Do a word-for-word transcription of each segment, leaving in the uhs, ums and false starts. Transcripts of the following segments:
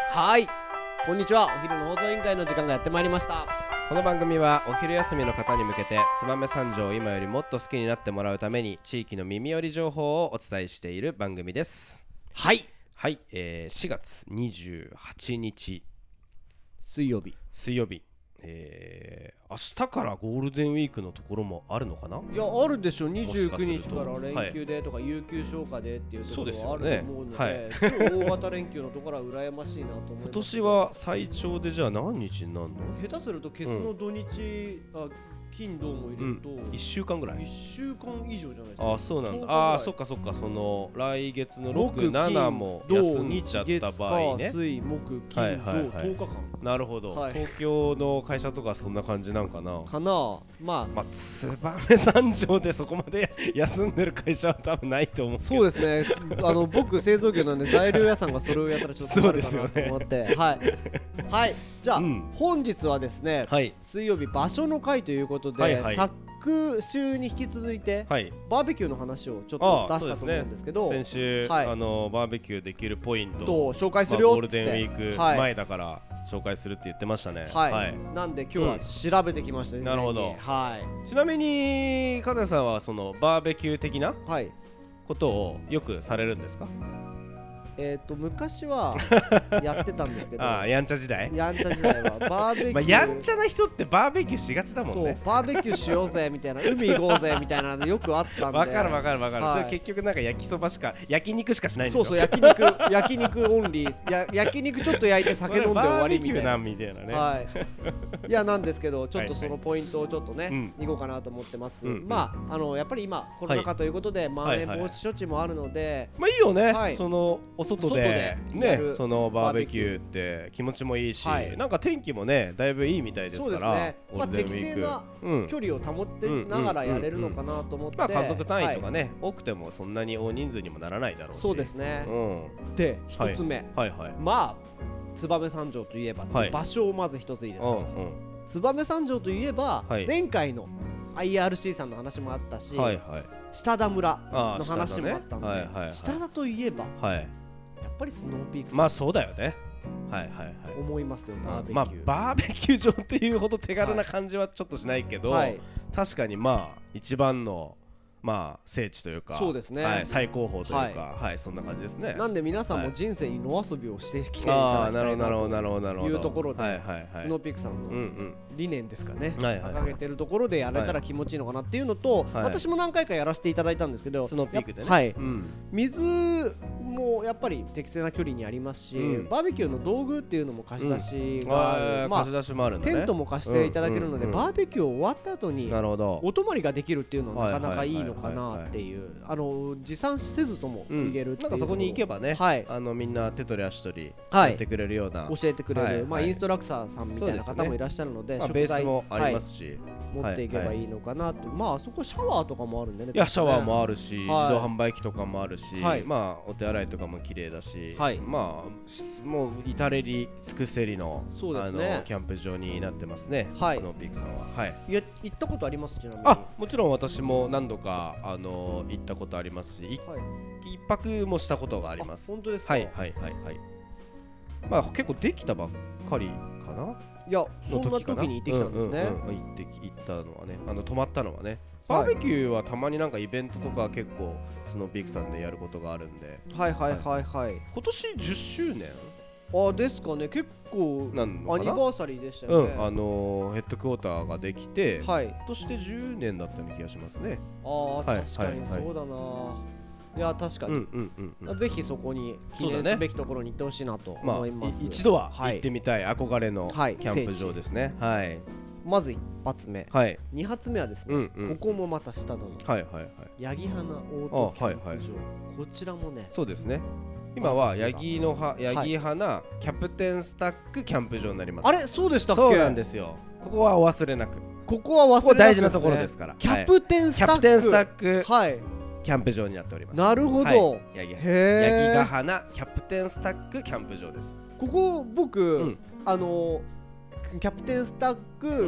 はい、こんにちは。お昼の放送委員会の時間がやってまいりました。 この番組はお昼休みの方に向けて燕三条を今よりもっと好きになってもらうために地域の耳寄り情報をお伝えしている番組です。 はいはい、えー、しがつにじゅうはちにち水曜日水曜日、えー、明日からゴールデンウィークのところもあるのかな。 いや、あるでしょ。にじゅうくにちかもしら連休でとか、はい、有給消化でっていうところはあると思うので、 そうですよね。はい、 大型連休のところは羨ましいなと思います。 今年は最長でじゃあ何日になるの。 下手するとケツの土日、うん、あ金土も入れると、うん、 いっしゅうかんぐらい、 いっしゅうかん以上じゃないですか。 あ、そうなんだ。ああ、そっかそっか。その来月のろく、ななも休んじゃった場合ね。 水木金土、はいはいはい、とおかかん。 なるほど、はい、東京の会社とかそんな感じなんかなかな。まあ、 まあ、燕三条でそこまで休んでる会社は多分ないと思うけど。 そうですね。あの僕製造業なんで材料屋さんがそれをやったらちょっと困るかなと思って、ね、はい、はい、じゃあ、うん、本日はですね、はい、水曜日場所の会ということで、はいはい、昨週に引き続いて、はい、バーベキューの話をちょっと出したと思うんですけど、 ね、先週、はい、あのバーベキューできるポイントを紹介するよっつって、 まあ、ゴールデンウィーク前だから、はい、紹介するって言ってましたね。 はい、はい、なんで今日は調べてきましたね、うん、 なるほど、 はい、 ちなみに風さんはそのバーベキュー的なことをよくされるんですか。 えーと昔はやってたんですけどああ、やんちゃ時代やんちゃ時代はバーベキュー、 まあ、やんちゃな人ってバーベキューしがちだもんね。 そう、バーベキューしようぜみたいな海行こうぜみたいなのよくあったんでわかるわかるわかる、はい、結局なんか焼きそばしか焼肉しかしないんでしょ。 そうそう、焼肉焼肉オンリーや焼肉ちょっと焼いて酒飲んで終わりみたいなバーベキューなんみたいなね、 はい、いやなんですけどちょっとそのポイントをちょっとね、はいはい、行こうかなと思ってます、うん、まああのやっぱり今コロナ禍ということで、はい、まん延防止処置もあるので、 まあいいよね、はい、そのお外でね、そのバーベキューって気持ちもいいし、はい、なんか天気もねだいぶいいみたいですから、そうですね、 まあ、適正な距離を保ってながらやれるのかなと思って、 まあ、家族単位とかね、はい、多くてもそんなに大人数にもならないだろうし。 そうですね、うん、で一つ目、はいはいはい、まあ燕三条といえば、はい、場所をまず一ついいですか、うんうん、燕三条といえば、はい、前回のアイアールシー さんの話もあったし、はいはい、下田村の話もあったんで、下田、ねはいはいはい、下田といえば、はい、やっぱりスノーピークさん、 まあそうだよね、はいはいはい、 思いますよ。バーベキュー、 まあ、バーベキュー場っていうほど手軽な感じはちょっとしないけど、はい、確かにまあ一番のまあ聖地というか、 そうですね、 はい、最高峰というか、はいはい、そんな感じですね。 なんで皆さんも人生に野遊びをしてきていただきたいなというところで、 はいはいはい、 スノーピークさんの理念ですかね、はいはいはい、掲げてるところでやれたら気持ちいいのかなっていうのと、はい、私も何回かやらせていただいたんですけど、 スノーピークでね、 はい、うん、水もやっぱり適正な距離にありますし、うん、バーベキューの道具っていうのも貸し出しがある、うん、まあ、 貸し出しもあるんだね、 テントも貸していただけるので、うんうんうん、バーベキュー終わった後にお泊まりができるっていうのはなかなかいいのかなっていう、あの持参せずとも行けるっていう、 うん、なんかそこに行けばね、はい、あのみんな手取り足取り教えてくれるような、 はい、教えてくれる、はい、まあ、インストラクターさんみたいな方もいらっしゃるので、 まあ、ベースもありますし、はい、 持っていけばいいのかなと、はいはい、まああそこシャワーとかもあるんでね。 いや、シャワーもあるし、はい、自動販売機とかもあるし、はい、まあお手洗いとかも綺麗だし、はい、まあもう至れり尽くせりの、そうですね、あのキャンプ場になってますね、はい、スノーピークさんは。はい、いや行ったことあります？ちなみに。 あ、もちろん私も何度かあの行ったことありますし、はい、一泊もしたことがあります。 本当ですか？ はいはいはいはい。まあ結構できたばっかりかな。 いや、そんな時に行ってきたんですね。 うんうんうん、行って行ったのはね、あの泊まったのはね。バーベキューはたまになんかイベントとか結構スノーピークさんでやることがあるんで。 はいはいはいはい。 今年じゅっしゅうねん。 あ、ですかね。結構アニバーサリーでしたよね。 うん、あのー、ヘッドクォーターができて、はい、今年でじゅうねんだったような気がしますね。 ああ、はい、確かにそうだな、はい、いや確かに、うんうんうんうん、ぜひそこに記念すべきところに行ってほしいなと思います、 まあ、一度は行ってみたい、はい、憧れのキャンプ場ですね、はい、 まず一発目、はい、二発目はですね、うんうん、ここもまた下だの、はいはいはい、八木花オートキャンプ場、はいはい、こちらもね、 そうですね、今は八木のは八木花キャプテンスタックキャンプ場になります。 あれ、そうでしたっけ？ そうなんですよ。ここはお忘れなく。 ここは忘れなくですね。ここ大事なところですから。 キャプテンスタック、 キャプテンスタック、はい、キャンプ場になっております。 なるほど。はい、 八木八木ヶ花キャプテンスタックキャンプ場です。 ここ僕、うん、あのキャプテンスタック、うん、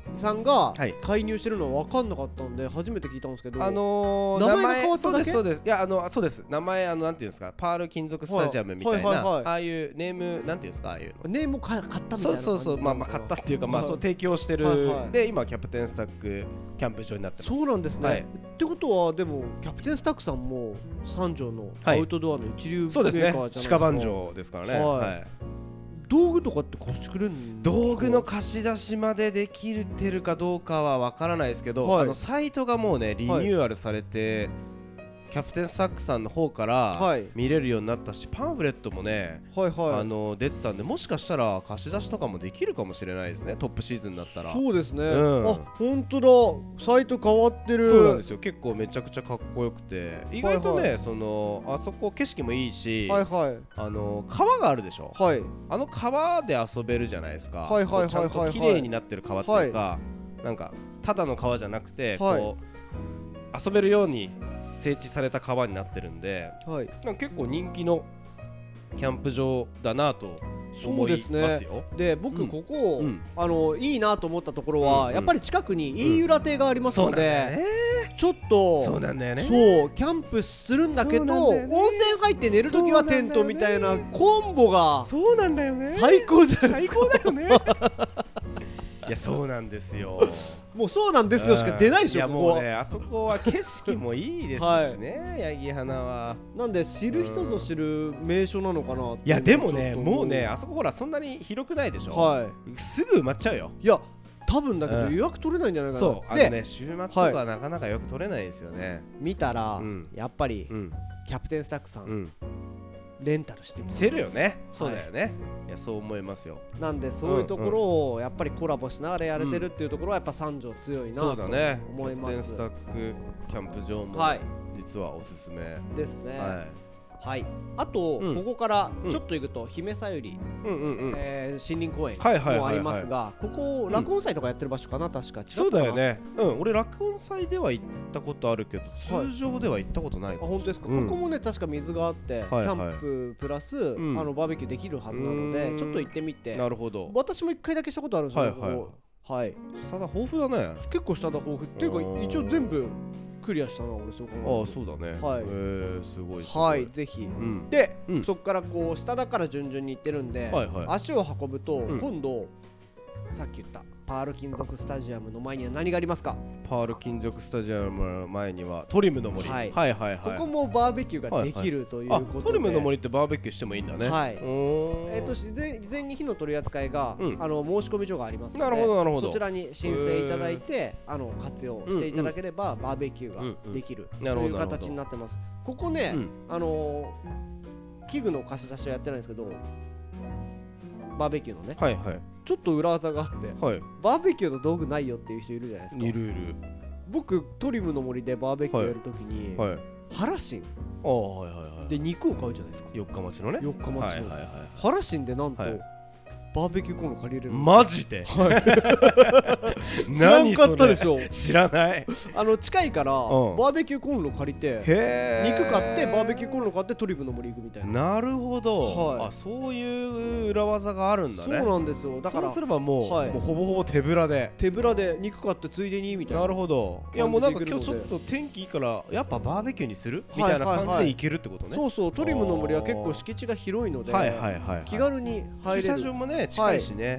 さんが介入してるのは分かんなかったんで初めて聞いたんですけど、 あのー、名前が変わっただけ？そうですそうです。いやあのそうです。名前あのなんていうんですか、パール金属スタジアムみたいな、はいはいはいはい、ああいうネームなんていうんですか、ああいうのネームを買ったみたいな感じ。 そうそうそう、まあまあ買ったっていうか、まあそう提供してる、はいはい、で今キャプテンスタックキャンプ場になってます。 そうなんですね、はい、ってことはでもキャプテンスタックさんも三条のアウトドアの一流メーカーじゃないですか。 そうですね、鹿番城ですからね、はいはい、 道具とかって貸してくれるんですか？ 道具の貸し出しまでできてるかどうかは分からないですけど、はい、あのサイトがもうねリニューアルされて、はい、キャプテンスタックさんの方から見れるようになったし、パンフレットもね、はいはい、あの出てたんで、もしかしたら貸し出しとかもできるかもしれないですね、トップシーズンになったら。 そうですね、うん、あ本当だ、サイト変わってる。 そうなんですよ、結構めちゃくちゃかっこよくて、意外とね、はいはい、そのあそこ景色もいいし、はいはい、あの川があるでしょ、はい、あの川で遊べるじゃないですか、はいはいはいはい、ちゃんと綺麗になってる川っていうか、はい、なんかただの川じゃなくて、はい、こう遊べるように整地された川になってるんで、はい、結構人気のキャンプ場だなと思いますよ。そうですね。 で僕ここ、うん、あのいいなと思ったところは、うん、やっぱり近くに飯浦亭がありますので、うん、ちょっとそうなんだよね。 そうキャンプするんだけど、温泉入って寝るときはテントみたいなコンボがそうなんだよね。 最高じゃないですか。 最高だよね。いやそうなんですよ。 もうそうなんですよしか出ないでしょ、ここ。 いやもうね、あそこは景色もいいですしね、はい、八木花は。 なんで知る人ぞ知る名所なのかなって。 いやでもね、もうね、あそこほらそんなに広くないでしょ、はい、すぐ埋まっちゃうよ。 いや多分だけど予約取れないんじゃないかな。 そう、あのね、週末とかはなかなか予約取れないですよね、はい、 見たら、うん、やっぱり、うん、キャプテンスタックさん、うんレンタルしてます。 せるよね。そうだよね、はい、いやそう思いますよ。 なんでそういうところをやっぱりコラボしながらやれてるっていうところはやっぱ三条強いなと思います。そうだね、 キャプテンスタックキャンプ場も実はおすすめですね。はいはい、あと、うん、ここからちょっと行くと姫さゆり、うんうんうんえー、森林公園もありますが、ここ落音祭とかやってる場所かな、確か。 そうだよね、うん、俺落音祭では行ったことあるけど通常では行ったことないかもしれない。 あ、本当ですか、うん、ここもね確か水があって、はいはい、キャンププラス、うん、あのバーベキューできるはずなのでちょっと行ってみて。 なるほど。 私も一回だけしたことあるんですよ、はいはいはい、 下田豊富だね。 結構下田豊富っていうか一応全部クリアしたな俺。そうかな。 ああそうだね。はい。えー、すごいすごい。 はい、ぜひ。うん、で、うん、そこからこう下だから順々に行ってるんで、はいはい、足を運ぶと、うん、今度さっき言ったパール金属スタジアムの前には何がありますか？ パール金属スタジアムの前にはトリムの森、はい、はいはいはい。 ここもバーベキューができるということで、はいはい、 トリムの森ってバーベキューしてもいいんだね。はい。 えっと事前に火の取り扱いが、うん、あの申し込み所がありますので、 なるほどなるほど。 そちらに申請いただいてあの活用していただければ、うんうん、バーベキューができる、うんうん、という形になってます。ここね、うん、あの器具の貸し出しはやってないんですけど。バーベキューのね、はいはい、ちょっと裏技があって、はい、バーベキューの道具ないよっていう人いるじゃないですか。 いるいる。 僕トリムの森でバーベキューやるときに、はいはい、ハラシンあ、はいはいはい、で肉を買うじゃないですか。 よっか町のね。 よっか町の、はいはいはい、ハラシンでなんと、はい、バーベキューコンロ借りれる。 マジで、 はい、知らんかったでしょ。 知らない。 あの近いから、うん、バーベキューコンロ借りて肉買ってバーベキューコンロ買ってトリムの森行くみたいな。 なるほど、はい、あそういう裏技があるんだね。 そうなんですよ。だからそうすればもう、はい、もうほぼほぼ手ぶらで手ぶらで肉買ってついでにみたいな。 なるほど。いやもうなんか今日ちょっと天気いいからやっぱバーベキューにするみたいな感じで行けるってことね。はいはいはい、そうそう、トリムの森は結構敷地が広いので、はいはいはいはい、気軽に入れる。駐車場もね近いしね、はい、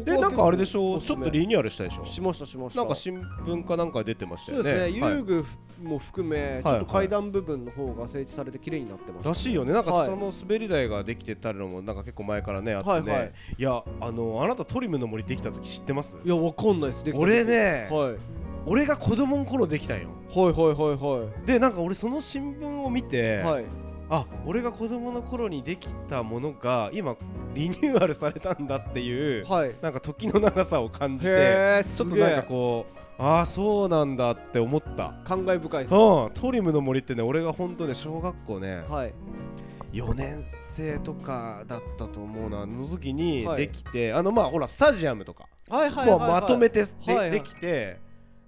でなんかあれでしょ、ちょっとリニューアルしたでしょ。 しましたしました。 なんか新聞かなんか出てましたよね。 そうですね、遊具も含めちょっと階段部分の方が整地されて綺麗になってました。 らしいよね。なんかその滑り台ができてたのもなんか結構前からねあってね。いやあのあなたトリムの森できた時知ってます？ いやわかんないです。できた時俺ね、はい、俺が子供の頃できたんよ。 はいはいはいはい。 でなんか俺その新聞を見て、はい、あ俺が子供の頃にできたものが今リニューアルされたんだっていう、はい、なんか時の長さを感じてちょっとなんかこうああそうなんだって思った。 感慨深いですね。 うん、トリムの森ってね俺が本当ね小学校ね、はい、よねん生とかだったと思うなの時にできて、はい、あのまあほらスタジアムとかまとめてできて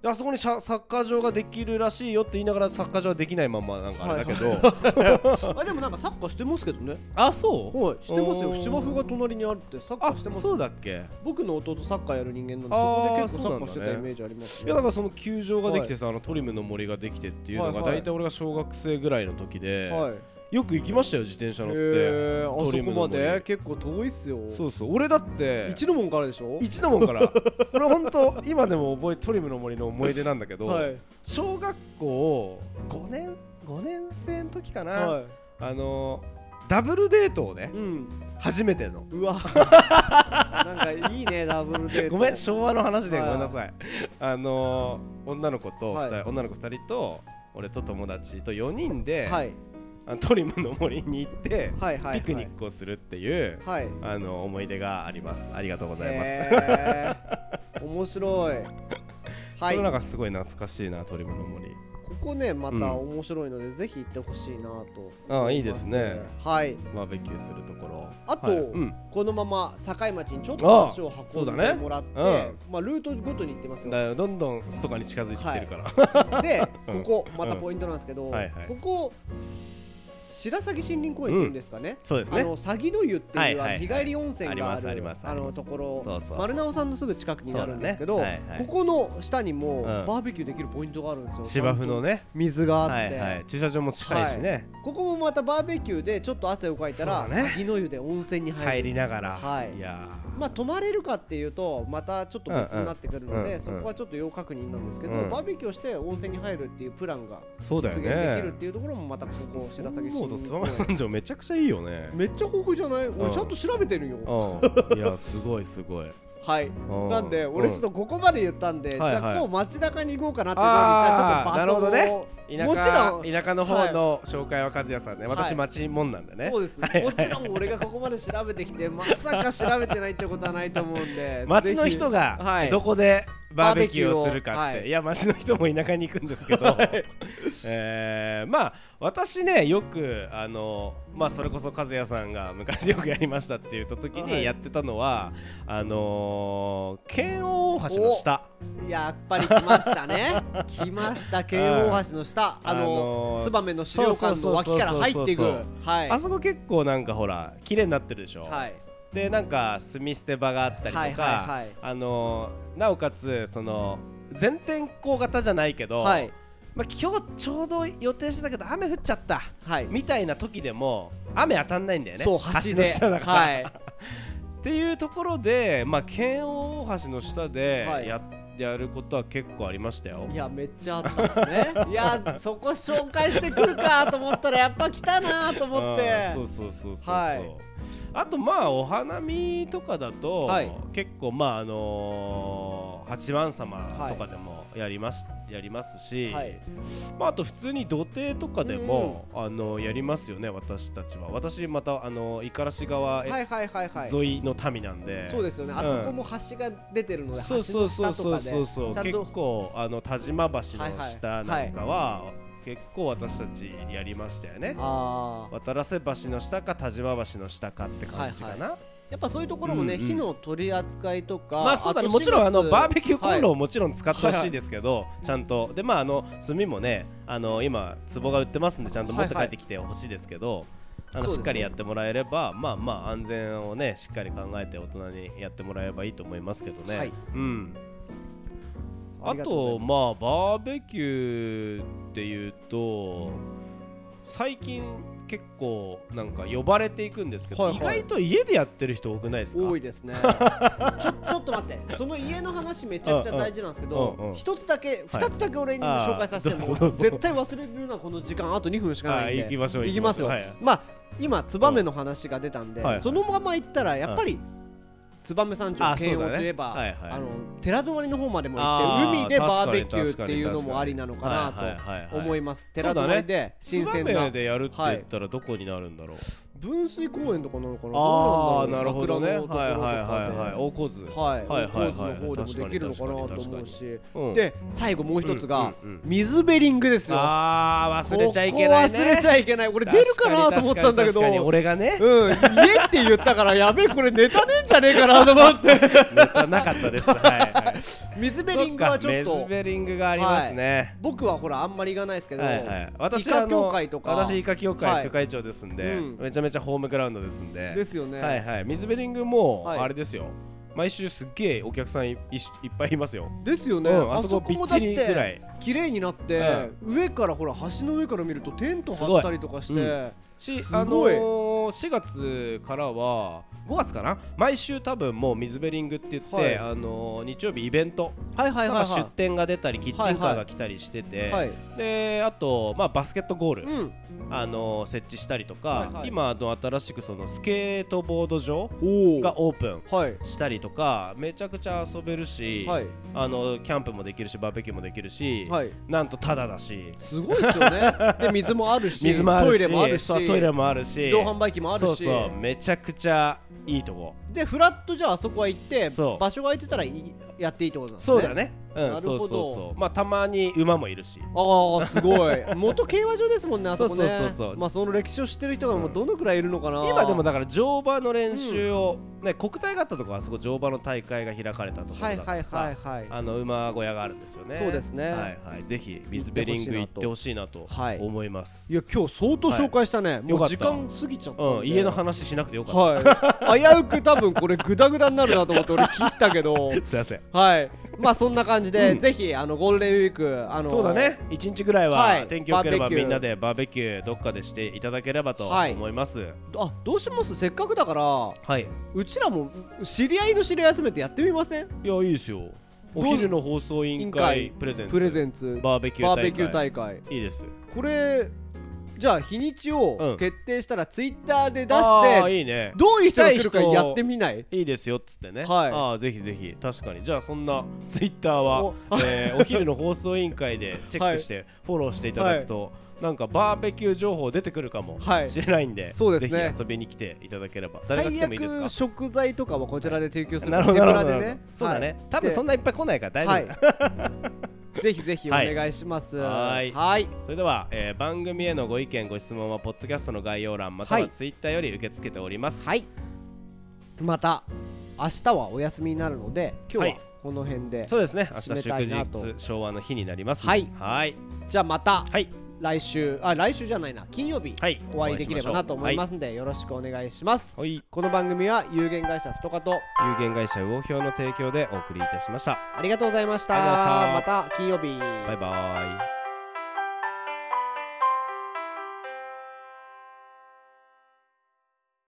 であそこにサッカー場ができるらしいよって言いながらサッカー場はできないままなんかあれだけど、 あでもなんかサッカーしてますけどね。 あそうはいしてますよ。芝生が隣にあるってサッカーしてます。 あそうだっけ。 僕の弟サッカーやる人間なんで、そこで結構サッカーしてたイメージあります、 ね、いやだからその球場ができてさ、はい、あのトリムの森ができてっていうのが大体俺が小学生ぐらいの時で、はい、よく行きましたよ自転車乗って。 へー、あそこまで結構遠いっすよ。 そうそう、俺だって一の門からでしょ。 一の門からこれ本当今でも覚えトリムの森の思い出なんだけど、はい、小学校ごねんごねん生の時かな、はい、あのダブルデートをね、うん、初めてのうわなんかいいねダブルデート。 ごめん昭和の話でごめんなさい、はい、あの女の子とふたり、はい、女の子ふたりと俺と友達とよにんで、はい、トリムの森に行って、はいはいはい、ピクニックをするっていう、はい、あの思い出があります。ありがとうございます。 面白い。 はい、それなんかすごい懐かしいなトリムの森。 ここねまた面白いので、うん、ぜひ行ってほしいなと。 ああいいですね。 はい。 バーベキューするところ。 あと、はいうん、このまま境町にちょっと足を運んでもらって、ねうん、まあルートごとに行ってますよ。 だどんどんストカに近づいてきてるから。 はい、でここまたポイントなんですけど、うんはいはい、ここ。白鷺森林公園っていうんですかね、 うん、そうですね。 あの鷺の湯っていう、はいはいはい、日帰り温泉があるあのところ、丸直さんのすぐ近くになるんですけど、ねはいはい、ここの下にも、うん、バーベキューできるポイントがあるんですよ。 芝生のね水があって、 はいはい、駐車場も近いしね、はい、 ここもまたバーベキューでちょっと汗をかいたら、ね、鷺の湯で温泉に入る入りながら、 はい、いやまあ泊まれるかっていうとまたちょっと別になってくるので、うんうん、そこはちょっと要確認なんですけど、うん、バーベキューをして温泉に入るっていうプランが実現できるっていうところもまたここ白鷺森林公園めちゃくちゃいいよね。 めっちゃ豊富じゃない？俺ちゃんと調べてるよ。 いやすごいすごい。 はいなんで俺ちょっとここまで言ったんで、じゃあこう街中に行こうかなっていうのに、じゃあちょっとバトンを、 なるほどね、もちろん田舎の方の紹介は和也さんね、私町もんなんでね。 そうです、もちろん俺がここまで調べてきてまさか調べてないってことはないと思うんで、 町の人がどこでバーベキューをするかって、いや町の人も田舎に行くんですけどえまあ私ねよくあのまあそれこそ和也さんが昔よくやりましたって言った時にやってたのはあの剣王大橋の下。 やっぱり来ましたね来ました剣王大橋の下、あの燕の資料館の脇から入っていく、 あそこ結構なんかほら綺麗になってるでしょ。はいでなんか炭捨て場があったりとか、はいはいはい、あのー、なおかつその全天候型じゃないけど、はい、まあ、今日ちょうど予定してたけど雨降っちゃった、はい、みたいな時でも雨当たんないんだよね。 そう橋の下だから、はい、っていうところで、まあ、剣王大橋の下でやって、はい、やることは結構ありましたよ。 いやめっちゃあったっすねいやそこ紹介してくるかと思ったらやっぱ来たなと思ってそうそうそうそうそう、はい、あとまあお花見とかだと、はい、結構まああのー、八幡様とかでもやります、はい、やりますし、はい、まあ、あと普通に土手とかでも、うん、あのー、やりますよね私たちは。私またあのー、五十嵐川沿いの民なんで、 そうですよね、うん、あそこも橋が出てるので、 そうそうそうそうそうそう結構あの田島橋の下なんかは、はいはい、結構私たちやりましたよね。あ渡良瀬橋の下か田島橋の下かって感じかな、はいはい、 やっぱそういうところもね、うんうん、火の取り扱いとか、 まあそうだね、もちろんあのバーベキューコンロをもちろん使ってほしいですけど、はい、ちゃんとでまああの炭もねあの今壺が売ってますんでちゃんと持って帰ってきてほしいですけど、はいはい、あのしっかりやってもらえれば、まあまあ安全をねしっかり考えて大人にやってもらえばいいと思いますけどね、はい、うん。あとまあバーベキューっていうと最近結構なんか呼ばれていくんですけど、はいはい、意外と家でやってる人多くないですか？ 多いですねちょ、ちょっと待って、その家の話めちゃくちゃ大事なんですけど、一つだけ二つだけ俺にも紹介させても、はい、絶対忘れるなこの時間あとにふんしかないんで行きましょう行きますよ、はい、まあ今燕の話が出たんで、はいはい、そのまま行ったらやっぱり、うん燕三条剣王といえば、ねはいはい、あの寺泊の方までも行って海でバーベキューっていうのもありなのかなと思います。寺泊で新鮮な燕でやるって言ったらどこになるんだろう、はい、 分水公園とかなのかな。 ああなるほどね。はいはいはいはい大河津はい大河津の方でもできるのかなと思うし、で最後もう一つが水ベリングですよ。 ああ忘れちゃいけないね。 ここ忘れちゃいけない。俺出るかなと思ったんだけど、 俺がねうん家って言ったからやべえこれネタねえんじゃねえかなと思ってネタなかったです。はいはい水ベリングはちょっと水ベリングがありますね、はい、 僕はほらあんまり行かないですけど、 はいはい、私イカ協会とか私イカ協会副会長ですんで、はいうん、めちゃめちゃホームグラウンドですんでですよね、 はいはい、水ベリングもあれですよ、はい、毎週すっげえお客さん い, い, いっぱいいますよですよね、うん、あそこびっちりぐらい綺麗になって、うん、上からほら橋の上から見るとテント張ったりとかして、うん、 しあのー、しがつからはごがつかな毎週多分もう水ベリングって言って、はい、あのー、日曜日イベント、はいはいはいはい、出店が出たりキッチンカーが来たりしてて、はいはい、であと、まあ、バスケットゴール、うん、あのー、設置したりとか、はいはい、今の新しくそのスケートボード場がオープンしたりとか、はい、めちゃくちゃ遊べるし、はい、あのキャンプもできるしバーベキューもできるし、はい、なんとタダだしすごいですよねで水もあるし水もあるしトイレもあるしトイレもあるし自動販売機もあるし、 そうそうめちゃくちゃいいとこでフラットじゃああそこは行って場所が空いてたらやっていいってことなんですね。 そうだね、うん、そうそうそうまあたまに馬もいるしああすごい元競馬場ですもんねあそこね。 そうそうそうそうまあその歴史を知ってる人がもうどのくらいいるのかな、うん、 今でもだから乗馬の練習を、うん、ね国体があったとこはあそこ乗馬の大会が開かれたところだからさ、はいはいはいはい、あの馬小屋があるんですよね。 そうですね、はいはい、ぜひ水ベリング行ってほしいなと思います。 いや今日相当紹介したね、はい、もう時間過ぎちゃったんで、 うん、家の話しなくてよかった、 はい、危うく多分これグダグダになるなと思って俺切ったけどすいません、 はいまあそんな感じで、うん、ぜひあのゴールデンウィークあのそうだねいちにちぐらいは、はい、天気良ければみんなでバーベキューどっかでしていただければと思います、はい、 あどうしますせっかくだから、はい、うちらも知り合いの知り合い集めてやってみません？ いやいいですよ。お昼の放送委員会プレゼンツプレゼンツバーベキュー大会、 バーベキュー大会いいです。 これじゃあ日にちを決定したらツイッターで出して、うん、いいね、どういう人が来るかやってみない？ いいですよっつってね、はい、あぜひぜひ確かにじゃあそんなツイッターはお,、えー、お昼の放送委員会でチェックしてフォローしていただくと、はい、なんかバーベキュー情報出てくるかもしれないんで、はい、そうですね、ぜひ遊びに来ていただければ誰が来てもいいですか？ 最悪食材とかはこちらで提供する、 はい、なるほどなるほど、ね、そうだね、はい、多分そんないっぱい来ないから大丈夫、 はいぜひぜひお願いします。 はい、はい、それでは、えー、番組へのご意見ご質問はポッドキャストの概要欄またはツイッターより受け付けております。 はい、また明日はお休みになるので今日はこの辺で、はい、 そうですね明日祝日昭和の日になります、 ね、はい、 はい、 じゃあまた、 はい、 来週あ来週じゃないな金曜日、はい、お会いできればなと思いますので、はい、よろしくお願いします、はい、この番組は有限会社ストカと有限会社魚評の提供でお送りいたしました。 ありがとうございました。また金曜日バイバイ。